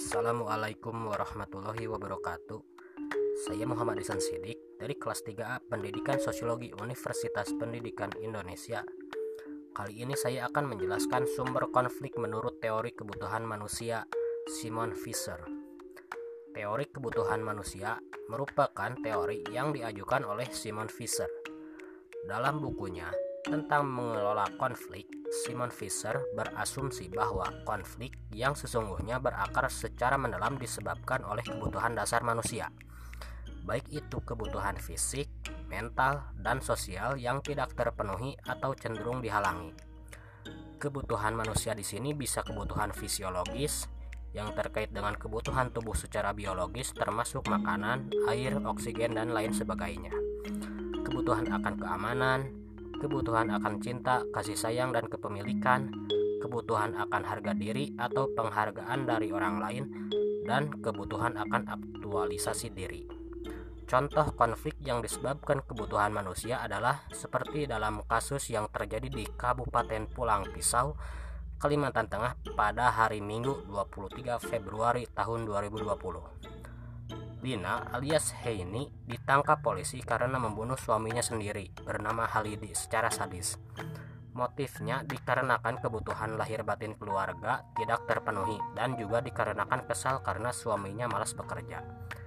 Assalamualaikum warahmatullahi wabarakatuh. Saya Muhammad Ihsan Sidik dari kelas 3A Pendidikan Sosiologi Universitas Pendidikan Indonesia. Kali ini saya akan menjelaskan sumber konflik menurut teori kebutuhan manusia Simon Fisher. Teori kebutuhan manusia merupakan teori yang diajukan oleh Simon Fisher. Dalam bukunya tentang mengelola konflik, Simon Fisher berasumsi bahwa konflik yang sesungguhnya berakar secara mendalam disebabkan oleh kebutuhan dasar manusia, baik itu kebutuhan fisik, mental, dan sosial yang tidak terpenuhi atau cenderung dihalangi. Kebutuhan manusia di sini bisa kebutuhan fisiologis yang terkait dengan kebutuhan tubuh secara biologis termasuk makanan, air, oksigen, dan lain sebagainya. Kebutuhan akan keamanan, kebutuhan akan cinta, kasih sayang, dan kepemilikan, kebutuhan akan harga diri atau penghargaan dari orang lain, dan kebutuhan akan aktualisasi diri. Contoh konflik yang disebabkan kebutuhan manusia adalah seperti dalam kasus yang terjadi di Kabupaten Pulang Pisau, Kalimantan Tengah pada hari Minggu 23 Februari tahun 2020. Lina alias Heini ditangkap polisi karena membunuh suaminya sendiri bernama Halidi secara sadis. Motifnya dikarenakan kebutuhan lahir batin keluarga tidak terpenuhi dan juga dikarenakan kesal karena suaminya malas bekerja.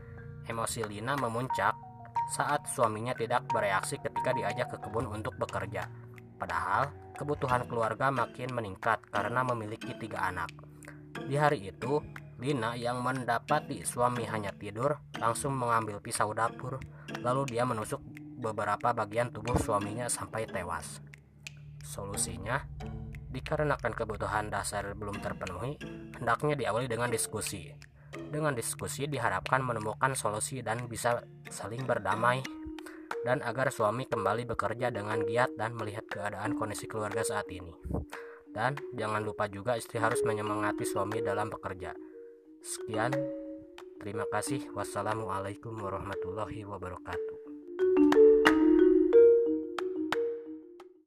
Emosi Lina memuncak saat suaminya tidak bereaksi ketika diajak ke kebun untuk bekerja. Padahal kebutuhan keluarga makin meningkat karena memiliki 3 anak. Di hari itu, Lina yang mendapati suami hanya tidur langsung mengambil pisau dapur, lalu dia menusuk beberapa bagian tubuh suaminya sampai tewas. Solusinya, dikarenakan kebutuhan dasar belum terpenuhi, hendaknya diawali dengan diskusi. Dengan diskusi diharapkan menemukan solusi dan bisa saling berdamai, dan agar suami kembali bekerja dengan giat dan melihat keadaan kondisi keluarga saat ini. Dan jangan lupa juga istri harus menyemangati suami dalam bekerja. Sekian, terima kasih. Wassalamualaikum warahmatullahi wabarakatuh.